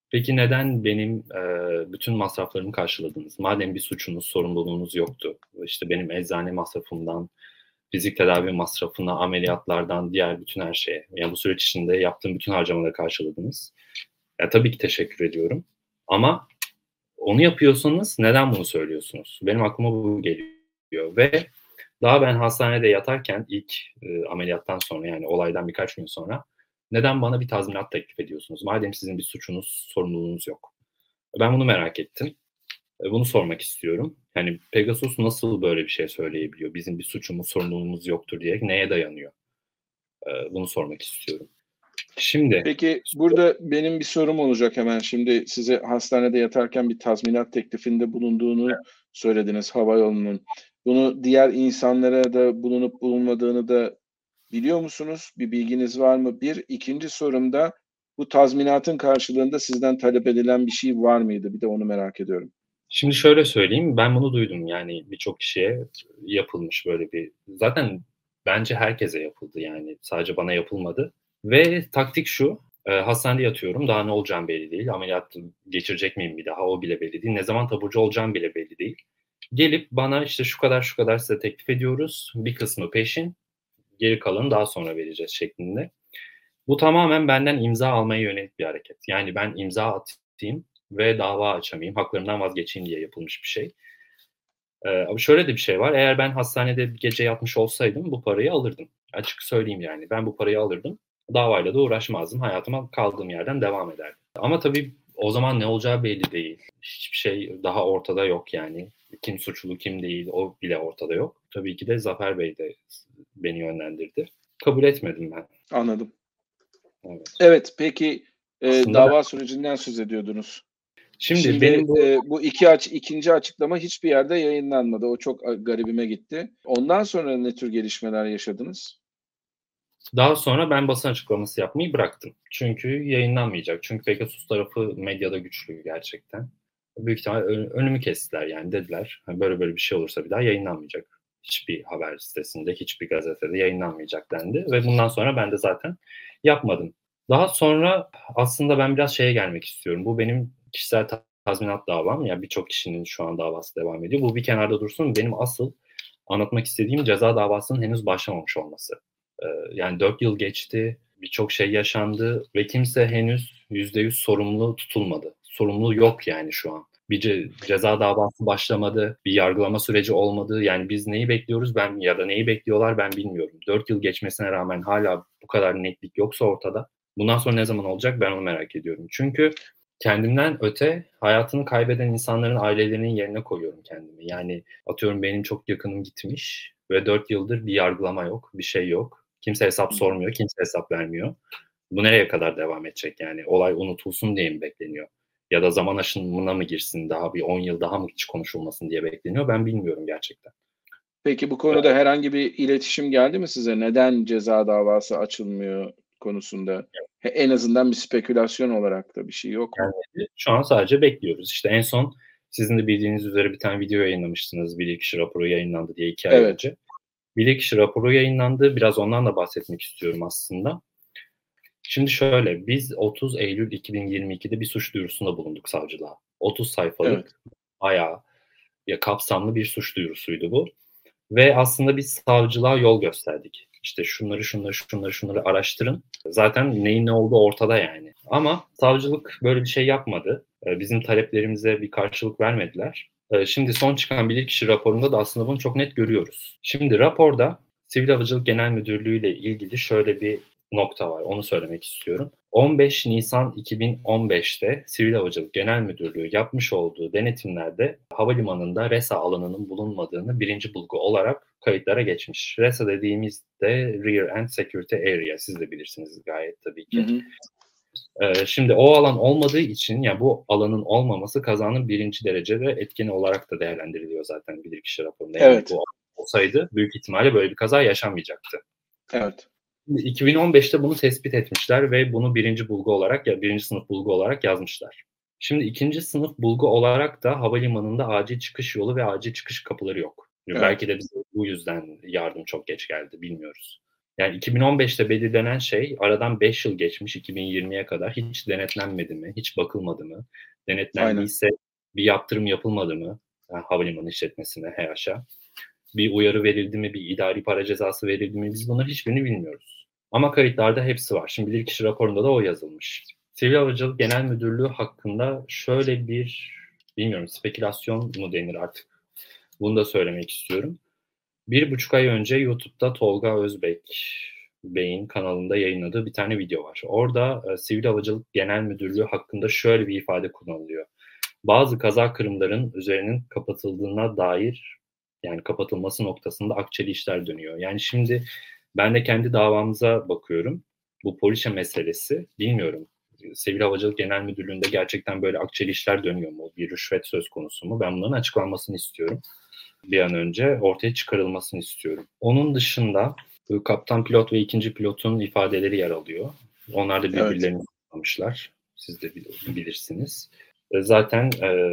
Peki neden benim bütün masraflarımı karşıladınız? Madem bir suçunuz, sorumluluğunuz yoktu. İşte benim eczane masrafımdan, fizik tedavi masrafına, ameliyatlardan, diğer bütün her şeye. Yani bu süreç içinde yaptığım bütün harcamaları karşıladınız. Ya tabii ki teşekkür ediyorum. Ama onu yapıyorsanız neden bunu söylüyorsunuz? Benim aklıma bu geliyor. Ve daha ben hastanede yatarken ilk ameliyattan sonra, yani olaydan birkaç gün sonra, neden bana bir tazminat teklif ediyorsunuz? Madem sizin bir suçunuz, sorumluluğunuz yok. Ben bunu merak ettim. Bunu sormak istiyorum. Yani Pegasus nasıl böyle bir şey söyleyebiliyor? Bizim bir suçumuz, sorumluluğumuz yoktur diye neye dayanıyor? Bunu sormak istiyorum. Şimdi Peki burada benim bir sorum olacak hemen. Şimdi size hastanede yatarken bir tazminat teklifinde bulunduğunu söylediniz havayolunun. Bunu diğer insanlara da bulunup bulunmadığını da biliyor musunuz? Bir bilginiz var mı? Bir. İkinci sorum da bu tazminatın karşılığında sizden talep edilen bir şey var mıydı? Bir de onu merak ediyorum. Şimdi şöyle söyleyeyim, ben bunu duydum. Yani birçok kişiye yapılmış böyle bir. Zaten bence herkese yapıldı, yani sadece bana yapılmadı. Ve taktik şu, hastanede yatıyorum, daha ne olacağım belli değil. Ameliyat geçirecek miyim bir daha, o bile belli değil. Ne zaman taburcu olacağım bile belli değil. Gelip bana işte şu kadar şu kadar size teklif ediyoruz, bir kısmı peşin, geri kalanı daha sonra vereceğiz şeklinde. Bu tamamen benden imza almaya yönelik bir hareket. Yani ben imza atayım ve dava açamayayım, haklarımdan vazgeçeyim diye yapılmış bir şey. Ama şöyle de bir şey var. Eğer ben hastanede bir gece yatmış olsaydım bu parayı alırdım. Açık söyleyeyim yani. Ben bu parayı alırdım. Davayla da uğraşmazdım. Hayatıma kaldığım yerden devam ederdim. Ama tabii o zaman ne olacağı belli değil. Hiçbir şey daha ortada yok yani. Kim suçlu kim değil o bile ortada yok. Tabii ki de Zafer Bey de beni yönlendirdi. Kabul etmedim ben. Anladım. Evet. Evet, peki Aslında ben, dava sürecinden söz ediyordunuz. şimdi benim Şimdi bu bu ikinci açıklama hiçbir yerde yayınlanmadı. O çok garibime gitti. Ondan sonra ne tür gelişmeler yaşadınız? Daha sonra ben basın açıklaması yapmayı bıraktım. Çünkü yayınlanmayacak. Çünkü Pegasus tarafı medyada güçlü gerçekten. Büyük ihtimal önümü kestiler, yani dediler. Hani böyle böyle bir şey olursa bir daha yayınlanmayacak. Hiçbir haber sitesinde, hiçbir gazetede yayınlanmayacak dendi. Ve bundan sonra ben de zaten yapmadım. Daha sonra aslında ben biraz şeye gelmek istiyorum. Bu benim kişisel tazminat davam. Yani birçok kişinin şu an davası devam ediyor. Bu bir kenarda dursun. Benim asıl anlatmak istediğim ceza davasının henüz başlamamış olması. Yani 4 yıl geçti, birçok şey yaşandı ve kimse henüz %100 sorumlu tutulmadı. Sorumlu yok yani şu an. Bir ceza davası başlamadı, bir yargılama süreci olmadı. Yani biz neyi bekliyoruz ya da neyi bekliyorlar ben bilmiyorum. 4 yıl geçmesine rağmen hala bu kadar netlik yoksa ortada. Bundan sonra ne zaman olacak ben onu merak ediyorum. Çünkü kendimden öte hayatını kaybeden insanların ailelerinin yerine koyuyorum kendimi. Yani atıyorum benim çok yakınım gitmiş ve 4 yıldır bir yargılama yok, bir şey yok. Kimse hesap Hı hı. sormuyor, kimse hesap vermiyor. Bu nereye kadar devam edecek yani? Olay unutulsun diye mi bekleniyor? Ya da zaman aşımına mı girsin, daha bir 10 yıl daha mı hiç konuşulmasın diye bekleniyor? Ben bilmiyorum gerçekten. Peki bu konuda herhangi bir iletişim geldi mi size? Neden ceza davası açılmıyor konusunda? En azından bir spekülasyon olarak da bir şey yok mu? Yani şu an sadece bekliyoruz. İşte en son sizin de bildiğiniz üzere bir tane video yayınlamıştınız. Bilirkişi raporu yayınlandı diye 2 ay Evet. önce. Bilirkişi raporu yayınlandı. Biraz ondan da bahsetmek istiyorum aslında. Şimdi şöyle, biz 30 Eylül 2022'de bir suç duyurusunda bulunduk savcılığa. 30 Evet. sayfalık bayağı kapsamlı bir suç duyurusuydu bu. Ve aslında biz savcılığa yol gösterdik. İşte şunları araştırın. Zaten neyin ne olduğu ortada yani. Ama savcılık böyle bir şey yapmadı. Bizim taleplerimize bir karşılık vermediler. Şimdi son çıkan bilirkişi raporunda da aslında bunu çok net görüyoruz. Şimdi raporda Sivil Havacılık Genel Müdürlüğü ile ilgili şöyle bir nokta var. Onu söylemek istiyorum. 15 Nisan 2015'te Sivil Havacılık Genel Müdürlüğü yapmış olduğu denetimlerde havalimanında RESA alanının bulunmadığını birinci bulgu olarak kayıtlara geçmiş. RESA dediğimizde Rear End Security Area, siz de bilirsiniz gayet tabii Hı ki. hı. Şimdi o alan olmadığı için, yani bu alanın olmaması kazanın birinci derecede etkeni olarak da değerlendiriliyor zaten bilirkişi raporunda. Yani Evet. bu olsaydı büyük ihtimalle böyle bir kaza yaşanmayacaktı. Evet. 2015'te bunu tespit etmişler ve bunu birinci bulgu olarak, ya birinci sınıf bulgu olarak yazmışlar. Şimdi ikinci sınıf bulgu olarak da havalimanında acil çıkış yolu ve acil çıkış kapıları yok. Evet. Belki de bize bu yüzden yardım çok geç geldi, bilmiyoruz. Yani 2015'te belirlenen şey aradan 5 yıl geçmiş 2020'ye kadar hiç denetlenmedi mi? Hiç bakılmadı mı? Aynen. Denetlendiyse bir yaptırım yapılmadı mı? Havalimanı işletmesine, HEAŞ'a? Bir uyarı verildi mi? Bir idari para cezası verildi mi? Biz bunların hiçbirini bilmiyoruz. Ama kayıtlarda hepsi var. Şimdi bilirkişi raporunda da o yazılmış. Sivil Havacılık Genel Müdürlüğü hakkında şöyle bir, bilmiyorum spekülasyon mu denir artık. Bunu da söylemek istiyorum. 1,5 ay önce YouTube'da Tolga Özbek Bey'in kanalında yayınladığı bir tane video var. Orada Sivil Havacılık Genel Müdürlüğü hakkında şöyle bir ifade kullanılıyor. Bazı kaza kırımların üzerinin kapatıldığına dair, yani kapatılması noktasında akçeli işler dönüyor. Yani şimdi ben de kendi davamıza bakıyorum. Bu poliçe meselesi, bilmiyorum. Sivil Havacılık Genel Müdürlüğü'nde gerçekten böyle akçeli işler dönüyor mu? Bir rüşvet söz konusu mu? Ben bunların açıklanmasını istiyorum. Bir an önce ortaya çıkarılmasını istiyorum. Onun dışında kaptan pilot ve ikinci pilotun ifadeleri yer alıyor. Onlar da Evet. birbirlerini suçlamışlar. Siz de bilirsiniz. Zaten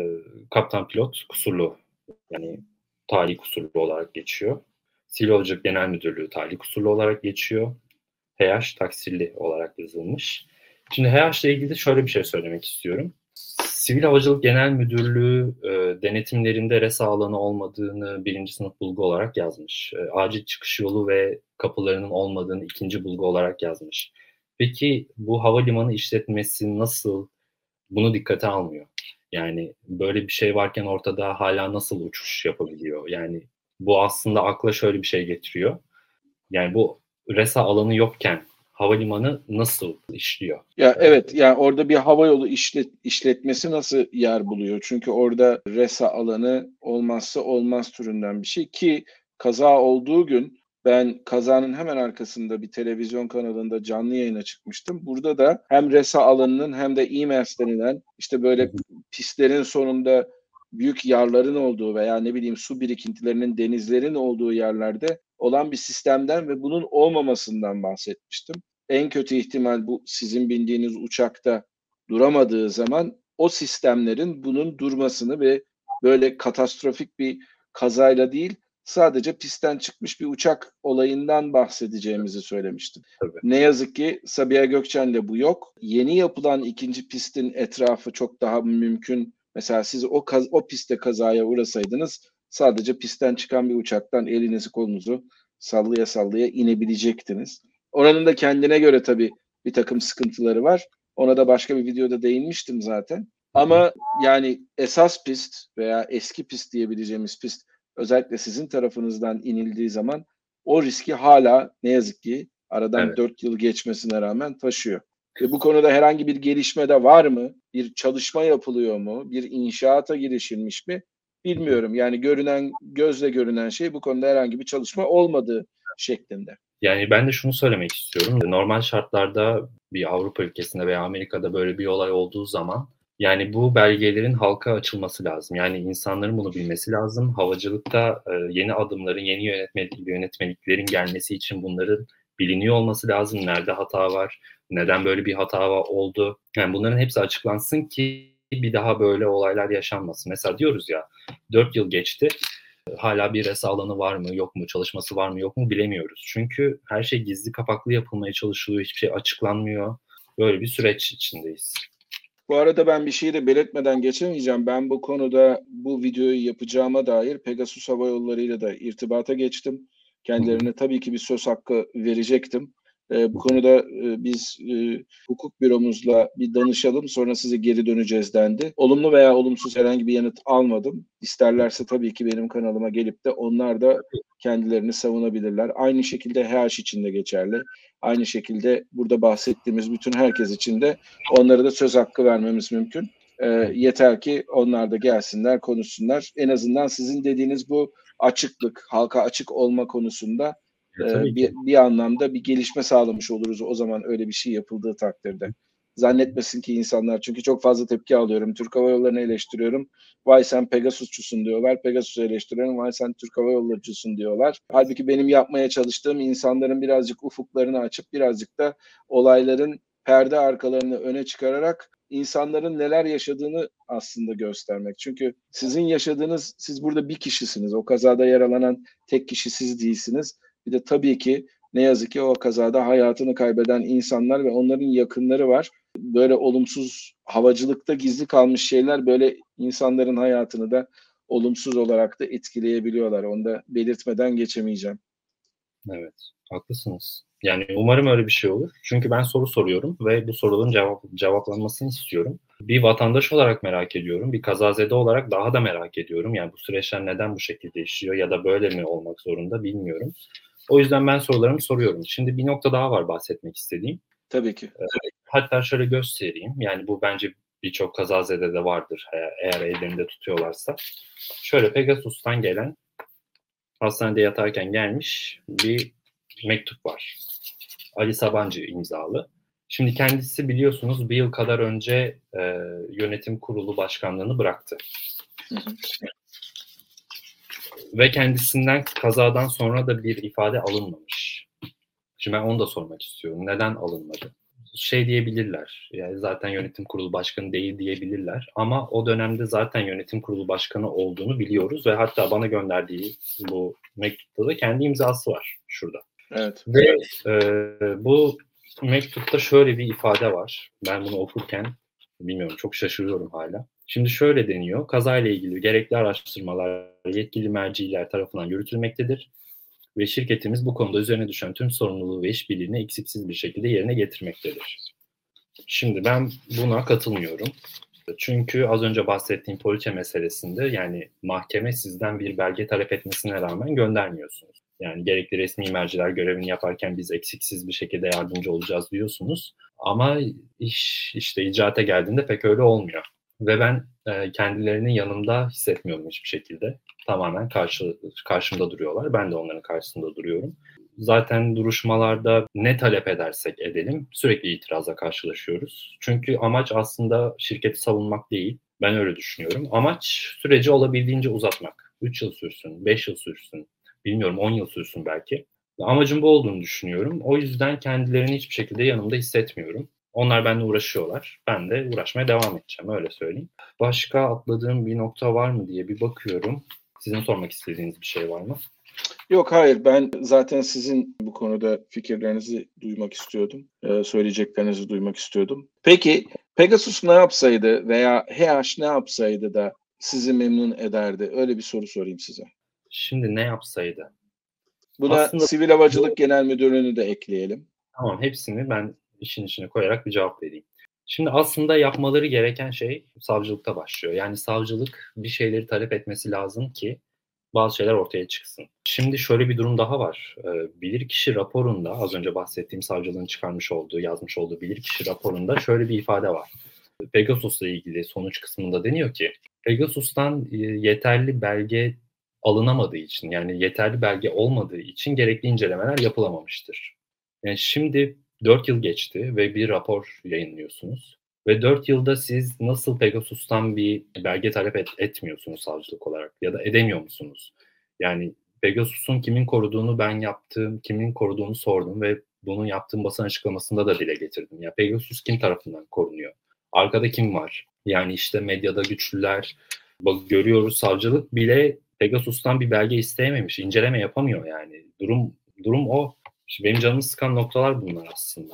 kaptan pilot kusurlu, yani talih kusurlu olarak geçiyor. Sivil Havacılık Genel Müdürlüğü talih kusurlu olarak geçiyor. HEAŞ taksirli olarak yazılmış. Şimdi HEAŞ ile ilgili şöyle bir şey söylemek istiyorum. Sivil Havacılık Genel Müdürlüğü denetimlerinde resa alanı olmadığını birinci sınıf bulgu olarak yazmış. Acil çıkış yolu ve kapılarının olmadığını ikinci bulgu olarak yazmış. Peki bu havalimanı işletmesi nasıl bunu dikkate almıyor? Yani böyle bir şey varken ortada hala nasıl uçuş yapabiliyor? Yani bu aslında akla şöyle bir şey getiriyor. Yani bu resa alanı yokken havalimanı nasıl işliyor? Ya evet, yani orada bir havayolu işletmesi nasıl yer buluyor? Çünkü orada resa alanı olmazsa olmaz türünden bir şey ki kaza olduğu gün ben kazanın hemen arkasında bir televizyon kanalında canlı yayına çıkmıştım. Burada da hem resa alanının hem de EMAS denilen işte Hı böyle hı. pistlerin sonunda büyük yarların olduğu veya ne bileyim su birikintilerinin, denizlerin olduğu yerlerde olan bir sistemden ve bunun olmamasından bahsetmiştim. En kötü ihtimal bu sizin bindiğiniz uçakta duramadığı zaman o sistemlerin bunun durmasını ve böyle katastrofik bir kazayla değil, sadece pistten çıkmış bir uçak olayından bahsedeceğimizi söylemiştim. Tabii. Ne yazık ki Sabiha Gökçen'de bu yok. Yeni yapılan ikinci pistin etrafı çok daha mümkün. Mesela siz o pistte kazaya uğrasaydınız sadece pistten çıkan bir uçaktan elinizi kolunuzu sallaya sallaya inebilecektiniz. Oranın da kendine göre tabii bir takım sıkıntıları var. Ona da başka bir videoda değinmiştim zaten. Hı hı. Ama yani esas pist veya eski pist diyebileceğimiz pist özellikle sizin tarafınızdan inildiği zaman o riski hala ne yazık ki aradan Evet. 4 yıl geçmesine rağmen taşıyor. Ve bu konuda herhangi bir gelişme de var mı? Bir çalışma yapılıyor mu? Bir inşaata girişilmiş mi? Hı hı. Bilmiyorum. Yani gözle görünen şey bu konuda herhangi bir çalışma olmadığı şeklinde. Yani ben de şunu söylemek istiyorum. Normal şartlarda bir Avrupa ülkesinde veya Amerika'da böyle bir olay olduğu zaman yani bu belgelerin halka açılması lazım. Yani insanların bunu bilmesi lazım. Havacılıkta yeni adımların, yeni yönetmeliklerin gelmesi için bunların biliniyor olması lazım. Nerede hata var, neden böyle bir hata oldu. Yani bunların hepsi açıklansın ki bir daha böyle olaylar yaşanmasın. Mesela diyoruz ya 4 yıl geçti. Hala bir resa alanı var mı yok mu, çalışması var mı yok mu bilemiyoruz. Çünkü her şey gizli kapaklı yapılmaya çalışılıyor, hiçbir şey açıklanmıyor. Böyle bir süreç içindeyiz. Bu arada ben bir şeyi de belirtmeden geçemeyeceğim. Ben bu konuda bu videoyu yapacağıma dair Pegasus Hava Yolları ile de irtibata geçtim. Hı hı, Kendilerine tabii ki bir söz hakkı verecektim. Bu hı hı. konuda biz hukuk büromuzla bir danışalım, sonra size geri döneceğiz dendi. Olumlu veya olumsuz herhangi bir yanıt almadım. İsterlerse tabii ki benim kanalıma gelip de onlar da kendilerini savunabilirler. Aynı şekilde HH için de geçerli. Aynı şekilde burada bahsettiğimiz bütün herkes için de onlara da söz hakkı vermemiz mümkün. Yeter ki onlar da gelsinler, konuşsunlar. En azından sizin dediğiniz bu açıklık, halka açık olma konusunda Tabii ki. bir anlamda bir gelişme sağlamış oluruz o zaman öyle bir şey yapıldığı takdirde. Zannetmesin ki insanlar, çünkü çok fazla tepki alıyorum. Türk Hava Yolları'nı eleştiriyorum. Vay sen Pegasusçusun diyorlar. Pegasus'u eleştiriyorum. Vay sen Türk Hava Yolları'cısın diyorlar. Halbuki benim yapmaya çalıştığım insanların birazcık ufuklarını açıp birazcık da olayların perde arkalarını öne çıkararak insanların neler yaşadığını aslında göstermek. Çünkü sizin yaşadığınız, siz burada bir kişisiniz. O kazada yaralanan tek kişi siz değilsiniz. Bir de tabii ki ne yazık ki o kazada hayatını kaybeden insanlar ve onların yakınları var. Böyle olumsuz, havacılıkta gizli kalmış şeyler böyle insanların hayatını da olumsuz olarak da etkileyebiliyorlar. Onu da belirtmeden geçemeyeceğim. Evet, haklısınız. Yani umarım öyle bir şey olur. Çünkü ben soru soruyorum ve bu soruların cevaplanmasını istiyorum. Bir vatandaş olarak merak ediyorum. Bir kazazede olarak daha da merak ediyorum. Yani bu süreçler neden bu şekilde işliyor ya da böyle mi olmak zorunda bilmiyorum. O yüzden ben sorularımı soruyorum. Şimdi bir nokta daha var bahsetmek istediğim. Tabii ki. Hatta şöyle göstereyim. Yani bu bence birçok kazazede de vardır eğer ellerinde tutuyorlarsa. Şöyle Pegasus'tan gelen, hastanede yatarken gelmiş bir mektup var. Ali Sabancı imzalı. Şimdi kendisi biliyorsunuz bir yıl kadar önce yönetim kurulu başkanlığını bıraktı. Hı hı. Ve kendisinden kazadan sonra da bir ifade alınmamış. Şimdi ben onu da sormak istiyorum. Neden alınmadı? Şey diyebilirler, yani zaten yönetim kurulu başkanı değil diyebilirler. Ama o dönemde zaten yönetim kurulu başkanı olduğunu biliyoruz ve hatta bana gönderdiği bu mektupta da kendi imzası var şurada. Evet. Ve bu mektupta şöyle bir ifade var. Ben bunu okurken bilmiyorum, çok şaşırıyorum hala. Şimdi şöyle deniyor. Kazayla ilgili gerekli araştırmalar yetkili merciler tarafından yürütülmektedir ve şirketimiz bu konuda üzerine düşen tüm sorumluluğu ve işbirliğini eksiksiz bir şekilde yerine getirmektedir. Şimdi ben buna katılmıyorum. Çünkü az önce bahsettiğim poliçe meselesinde yani mahkeme sizden bir belge talep etmesine rağmen göndermiyorsunuz. Yani gerekli resmi merciler görevini yaparken biz eksiksiz bir şekilde yardımcı olacağız diyorsunuz. Ama iş işte icraata geldiğinde pek öyle olmuyor. Ve ben kendilerini yanımda hissetmiyorum hiçbir şekilde. Tamamen karşımda duruyorlar. Ben de onların karşısında duruyorum. Zaten duruşmalarda ne talep edersek edelim sürekli itirazla karşılaşıyoruz. Çünkü amaç aslında şirketi savunmak değil. Ben öyle düşünüyorum. Amaç süreci olabildiğince uzatmak. 3 yıl sürsün, 5 yıl sürsün, bilmiyorum 10 yıl sürsün belki. Amacım bu olduğunu düşünüyorum. O yüzden kendilerini hiçbir şekilde yanımda hissetmiyorum. Onlar benimle uğraşıyorlar. Ben de uğraşmaya devam edeceğim, öyle söyleyeyim. Başka atladığım bir nokta var mı diye bir bakıyorum. Sizin sormak istediğiniz bir şey var mı? Yok, hayır, ben zaten sizin bu konuda fikirlerinizi duymak istiyordum. Söyleyeceklerinizi duymak istiyordum. Peki Pegasus ne yapsaydı veya HH ne yapsaydı da sizi memnun ederdi? Öyle bir soru sorayım size. Şimdi ne yapsaydı? Buna Aslında Sivil Havacılık Genel Müdürlüğü'nü de ekleyelim. tamam, hepsini ben işin içine koyarak bir cevap vereyim. Şimdi aslında yapmaları gereken şey savcılıkta başlıyor. Yani savcılık bir şeyleri talep etmesi lazım ki bazı şeyler ortaya çıksın. Şimdi şöyle bir durum daha var. Bilirkişi raporunda, az önce bahsettiğim savcılığın çıkarmış olduğu, yazmış olduğu bilirkişi raporunda şöyle bir ifade var. Pegasus'la ilgili sonuç kısmında deniyor ki Pegasus'tan yeterli belge alınamadığı için, yani yeterli belge olmadığı için gerekli incelemeler yapılamamıştır. Yani şimdi 4 yıl geçti ve bir rapor yayınlıyorsunuz. Ve 4 yılda siz nasıl Pegasus'tan bir belge talep etmiyorsunuz savcılık olarak ya da edemiyor musunuz? Yani Pegasus'un kimin koruduğunu ben yaptım, kimin koruduğunu sordum ve bunu yaptığım basın açıklamasında da dile getirdim. Ya Pegasus kim tarafından korunuyor? Arkada kim var? Yani işte medyada güçlüler, bak görüyoruz, savcılık bile Pegasus'tan bir belge isteyememiş, inceleme yapamıyor yani. Durum o. İşte benim canımı sıkan noktalar bunlar aslında.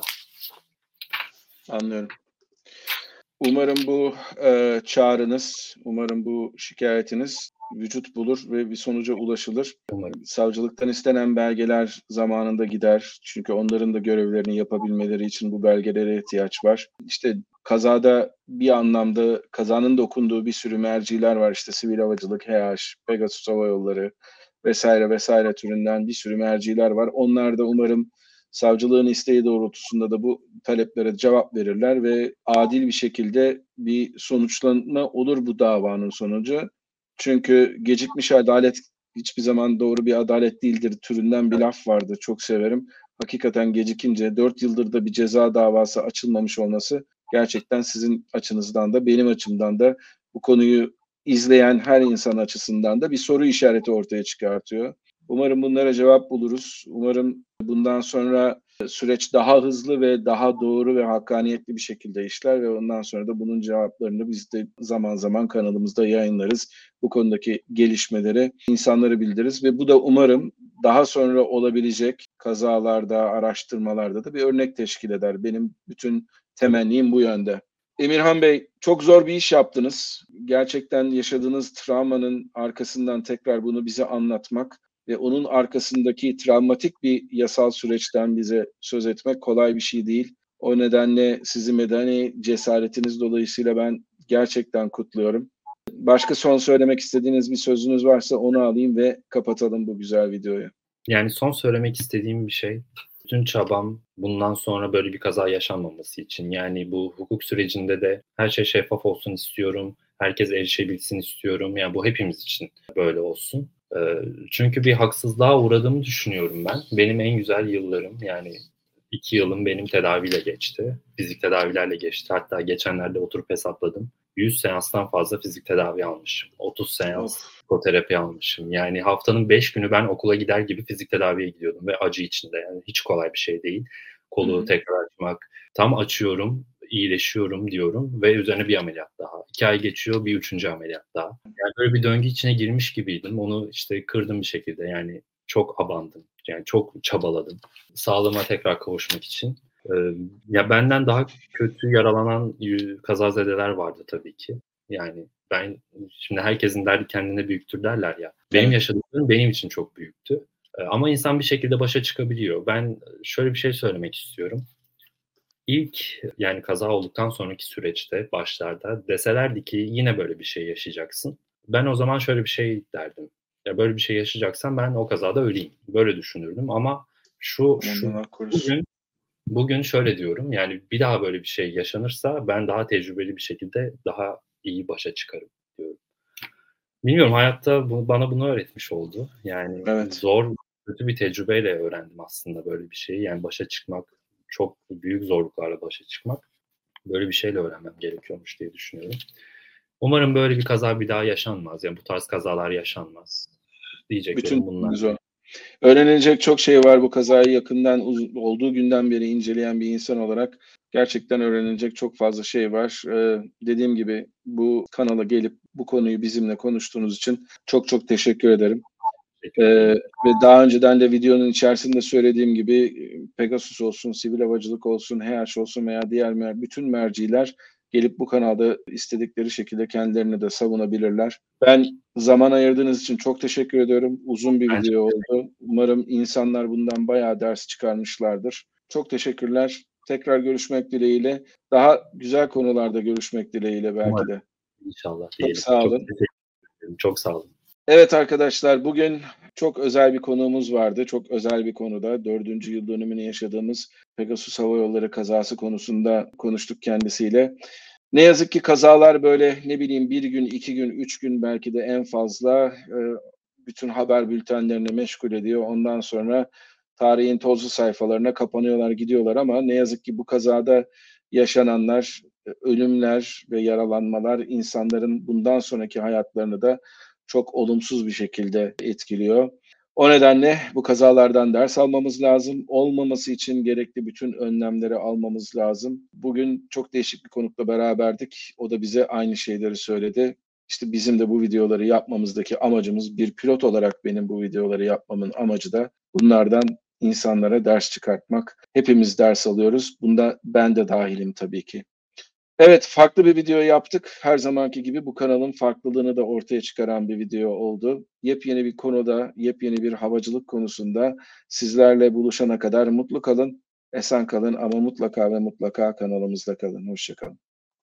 Anlıyorum. Umarım bu çağrınız, umarım bu şikayetiniz vücut bulur ve bir sonuca ulaşılır. Umarım. Savcılıktan istenen belgeler zamanında gider. Çünkü onların da görevlerini yapabilmeleri için bu belgelere ihtiyaç var. İşte kazada bir anlamda kazanın dokunduğu bir sürü merciler var. İşte Sivil Havacılık, HH, Pegasus Hava Yolları vesaire vesaire türünden bir sürü merciler var. Onlar da umarım savcılığın isteği doğrultusunda da bu taleplere cevap verirler ve adil bir şekilde bir sonuçlanma olur bu davanın sonucu. Çünkü gecikmiş adalet hiçbir zaman doğru bir adalet değildir türünden bir laf vardı. Çok severim. Hakikaten gecikince 4 yıldır da bir ceza davası açılmamış olması gerçekten sizin açınızdan da benim açımdan da bu konuyu izleyen her insan açısından da bir soru işareti ortaya çıkartıyor. Umarım bunlara cevap buluruz. Umarım bundan sonra süreç daha hızlı ve daha doğru ve hakkaniyetli bir şekilde işler ve ondan sonra da bunun cevaplarını biz de zaman zaman kanalımızda yayınlarız. Bu konudaki gelişmeleri insanlara bildiririz ve bu da umarım daha sonra olabilecek kazalarda, araştırmalarda da bir örnek teşkil eder. Benim bütün temennim bu yönde. Emirhan Bey, çok zor bir iş yaptınız. Gerçekten yaşadığınız travmanın arkasından tekrar bunu bize anlatmak ve onun arkasındaki travmatik bir yasal süreçten bize söz etmek kolay bir şey değil. O nedenle sizi medeni cesaretiniz dolayısıyla ben gerçekten kutluyorum. Başka son söylemek istediğiniz bir sözünüz varsa onu alayım ve kapatalım bu güzel videoyu. Yani son söylemek istediğim bir şey, bütün çabam bundan sonra böyle bir kaza yaşanmaması için. Yani bu hukuk sürecinde de her şey şeffaf olsun istiyorum. Herkes erişebilsin istiyorum. Yani bu hepimiz için böyle olsun. Çünkü bir haksızlığa uğradığımı düşünüyorum ben. Benim en güzel yıllarım, yani 2 yılım benim tedaviyle geçti. Fizik tedavilerle geçti. Hatta geçenlerde oturup hesapladım. 100 seanstan fazla fizik tedavi almışım. 30 seans psikoterapi almışım. Yani haftanın 5 günü ben okula gider gibi fizik tedaviye gidiyordum ve acı içinde. Yani hiç kolay bir şey değil. Kolu tekrar açmak. Tam açıyorum, iyileşiyorum diyorum ve üzerine bir ameliyat daha. 2 ay geçiyor, bir 3. ameliyat daha. Yani böyle bir döngü içine girmiş gibiydim. Onu işte kırdım bir şekilde. Yani çok abandım. Yani çok çabaladım. Sağlığıma tekrar kavuşmak için. Ya benden daha kötü yaralanan kazazedeler vardı tabii ki. Yani ben şimdi herkesin derdi kendine büyüktür derler ya. Benim yaşadıklarım benim için çok büyüktü. Ama insan bir şekilde başa çıkabiliyor. Ben şöyle bir şey söylemek istiyorum. İlk yani kaza olduktan sonraki süreçte başlarda deselerdi ki yine böyle bir şey yaşayacaksın. Ben o zaman şöyle bir şey derdim. Ya böyle bir şey yaşayacaksan ben o kazada öleyim. Böyle düşünürdüm ama şu bugün şöyle diyorum. Yani bir daha böyle bir şey yaşanırsa ben daha tecrübeli bir şekilde daha iyi başa çıkarım diyorum. Bilmiyorum, hayatta bana bunu öğretmiş oldu. Yani zor, kötü bir tecrübeyle öğrendim aslında böyle bir şeyi. Yani başa çıkmak, çok büyük zorluklarla başa çıkmak, böyle bir şeyle öğrenmem gerekiyormuş diye düşünüyorum. Umarım böyle bir kaza bir daha yaşanmaz. Yani bu tarz kazalar yaşanmaz. Diyeceklerim bunlar. Öğrenilecek çok şey var bu kazayı yakından olduğu günden beri inceleyen bir insan olarak. Gerçekten öğrenilecek çok fazla şey var. Dediğim gibi bu kanala gelip bu konuyu bizimle konuştuğunuz için çok çok teşekkür ederim. Ve daha önceden de videonun içerisinde söylediğim gibi Pegasus olsun, sivil havacılık olsun, HH olsun veya diğer bütün merciler gelip bu kanalda istedikleri şekilde kendilerini de savunabilirler. Ben zaman ayırdığınız için çok teşekkür ediyorum. Uzun bir video oldu. Umarım insanlar bundan bayağı ders çıkarmışlardır. Çok teşekkürler. Tekrar görüşmek dileğiyle. Daha güzel konularda görüşmek dileğiyle belki de. İnşallah Çok diyelim. sağ olun. Çok sağ olun. Evet arkadaşlar, bugün çok özel bir konuğumuz vardı. Çok özel bir konuda 4. yıl dönümünü yaşadığımız Pegasus Hava Yolları kazası konusunda konuştuk kendisiyle. Ne yazık ki kazalar böyle ne bileyim 1 gün, 2 gün, 3 gün belki de en fazla bütün haber bültenlerini meşgul ediyor. Ondan sonra tarihin tozlu sayfalarına kapanıyorlar, gidiyorlar ama ne yazık ki bu kazada yaşananlar, ölümler ve yaralanmalar insanların bundan sonraki hayatlarını da çok olumsuz bir şekilde etkiliyor. O nedenle bu kazalardan ders almamız lazım. Olmaması için gerekli bütün önlemleri almamız lazım. Bugün çok değişik bir konukla beraberdik. O da bize aynı şeyleri söyledi. İşte bizim de bu videoları yapmamızdaki amacımız, bir pilot olarak benim bu videoları yapmamın amacı da bunlardan insanlara ders çıkartmak. Hepimiz ders alıyoruz. Bunda ben de dahilim tabii ki. Evet, farklı bir video yaptık. Her zamanki gibi bu kanalın farklılığını da ortaya çıkaran bir video oldu. Yepyeni bir konuda, yepyeni bir havacılık konusunda sizlerle buluşana kadar mutlu kalın, esen kalın ama mutlaka ve mutlaka kanalımızda kalın. Hoşça kalın.